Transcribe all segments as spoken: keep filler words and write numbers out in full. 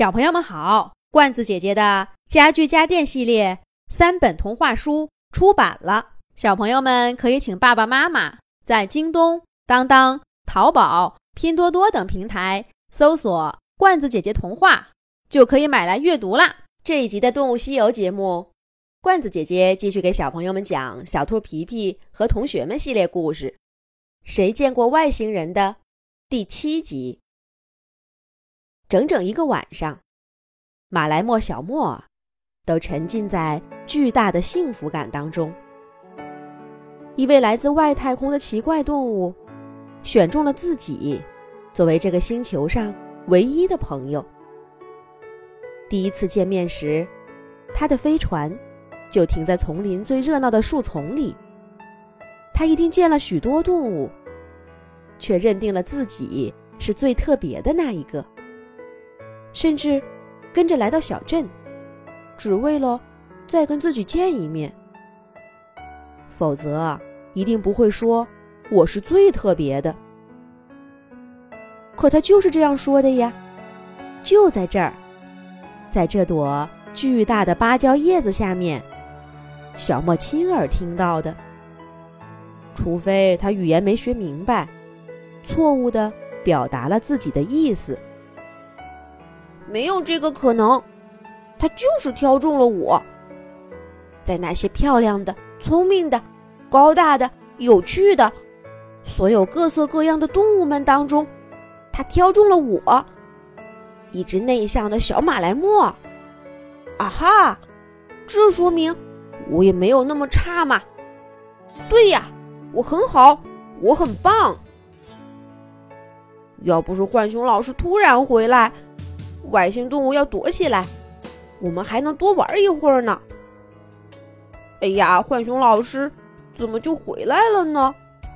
小朋友们好，罐子姐姐的家具家电系列三本童话书出版了，小朋友们可以请爸爸妈妈在京东、当当、淘宝、拼多多等平台搜索罐子姐姐童话，就可以买来阅读啦。这一集的动物西游节目，罐子姐姐继续给小朋友们讲小兔皮皮和同学们系列故事，谁见过外星人的第七集。整整一个晚上，马来貘、小莫都沉浸在巨大的幸福感当中。一位来自外太空的奇怪动物选中了自己作为这个星球上唯一的朋友。第一次见面时，他的飞船就停在丛林最热闹的树丛里。他一定见了许多动物，却认定了自己是最特别的那一个，甚至跟着来到小镇，只为了再跟自己见一面。否则一定不会说我是最特别的。可他就是这样说的呀，就在这儿，在这朵巨大的芭蕉叶子下面，小莫亲耳听到的。除非他语言没学明白，错误地表达了自己的意思。没有这个可能，他就是挑中了我。在那些漂亮的、聪明的、高大的、有趣的所有各色各样的动物们当中，他挑中了我，一只内向的小马来貘。啊哈，这说明我也没有那么差嘛。对呀，我很好，我很棒。要不是浣熊老师突然回来，外星动物要躲起来，我们还能多玩一会儿呢。哎呀，浣熊老师怎么就回来了呢？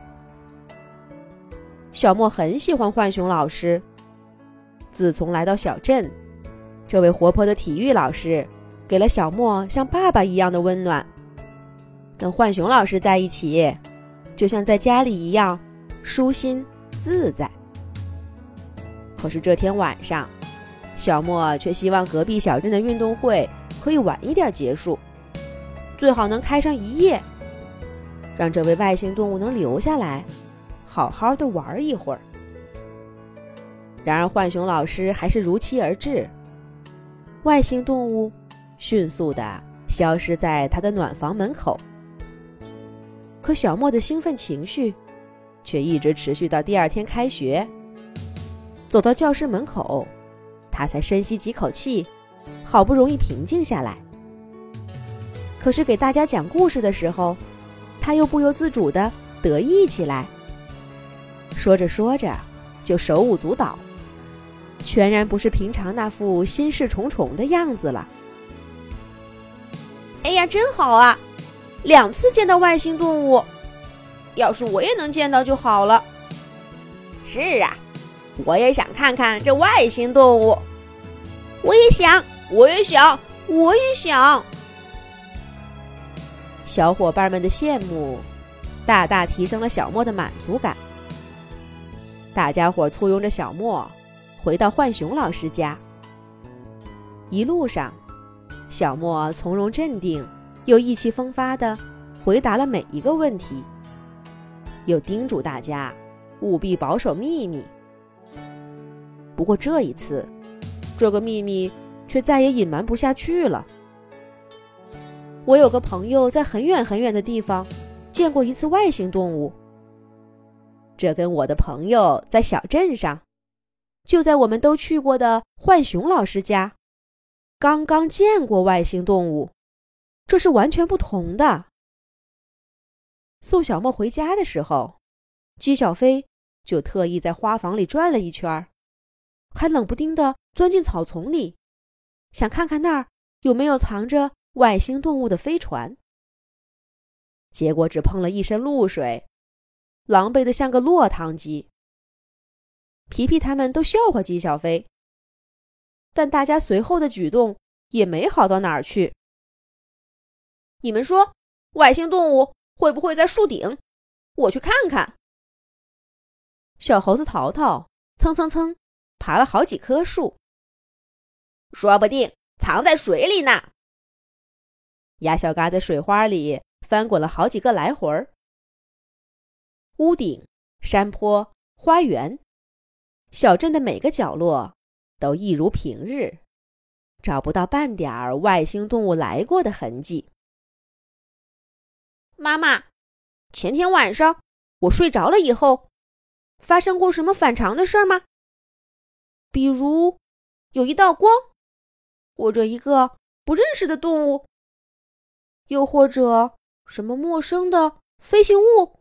小莫很喜欢浣熊老师。自从来到小镇，这位活泼的体育老师给了小莫像爸爸一样的温暖。跟浣熊老师在一起，就像在家里一样舒心自在。可是这天晚上，小莫却希望隔壁小镇的运动会可以晚一点结束，最好能开上一夜，让这位外星动物能留下来好好的玩一会儿。然而浣熊老师还是如期而至，外星动物迅速地消失在他的暖房门口。可小莫的兴奋情绪却一直持续到第二天开学。走到教室门口，他才深吸几口气，好不容易平静下来。可是给大家讲故事的时候，他又不由自主地得意起来，说着说着就手舞足蹈，全然不是平常那副心事重重的样子了。哎呀，真好啊，两次见到外星动物，要是我也能见到就好了。是啊，我也想看看这外星动物。我也想，我也想，我也想。小伙伴们的羡慕大大提升了小莫的满足感。大家伙簇拥着小莫回到浣熊老师家。一路上，小莫从容镇定又意气风发地回答了每一个问题，又叮嘱大家务必保守秘密。不过这一次，这个秘密却再也隐瞒不下去了。我有个朋友在很远很远的地方见过一次外星动物，这跟我的朋友在小镇上，就在我们都去过的浣熊老师家，刚刚见过外星动物，这是完全不同的。送小莫回家的时候，姬小飞就特意在花房里转了一圈，还冷不丁地钻进草丛里，想看看那儿有没有藏着外星动物的飞船。结果只碰了一身露水，狼狈得像个落汤鸡。皮皮他们都笑话姬小飞，但大家随后的举动也没好到哪儿去。你们说，外星动物会不会在树顶？我去看看。小猴子淘淘蹭蹭蹭爬了好几棵树， 说不定藏在水里呢。 鸭小嘎在水花里翻滚了好几个来回儿。屋顶、山坡、花园，小镇的每个角落都一如平日，找不到半点儿外星动物来过的痕迹。 妈妈，前天晚上我睡着了以后，发生过什么反常的事儿吗？比如有一道光，或者一个不认识的动物，又或者什么陌生的飞行物？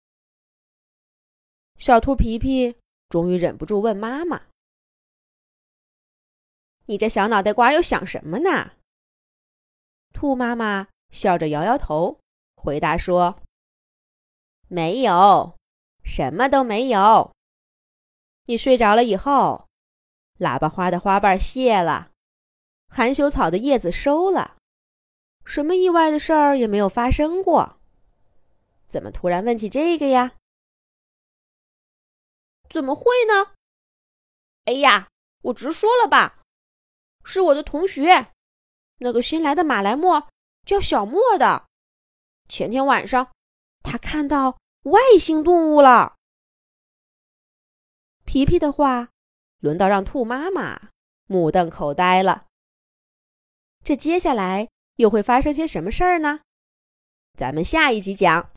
小兔皮皮终于忍不住问妈妈：“ 你这小脑袋瓜又想什么呢？” 兔妈妈笑着摇摇头，回答说：“ 没有，什么都没有。 你睡着了以后，喇叭花的花瓣谢了，含羞草的叶子收了，什么意外的事儿也没有发生过。怎么突然问起这个呀？”“ 怎么会呢？哎呀，我直说了吧，是我的同学，那个新来的马来貘叫小莫的。前天晚上，他看到外星动物了。” 皮皮的话轮到让兔妈妈目瞪口呆了。这接下来又会发生些什么事儿呢？咱们下一集讲。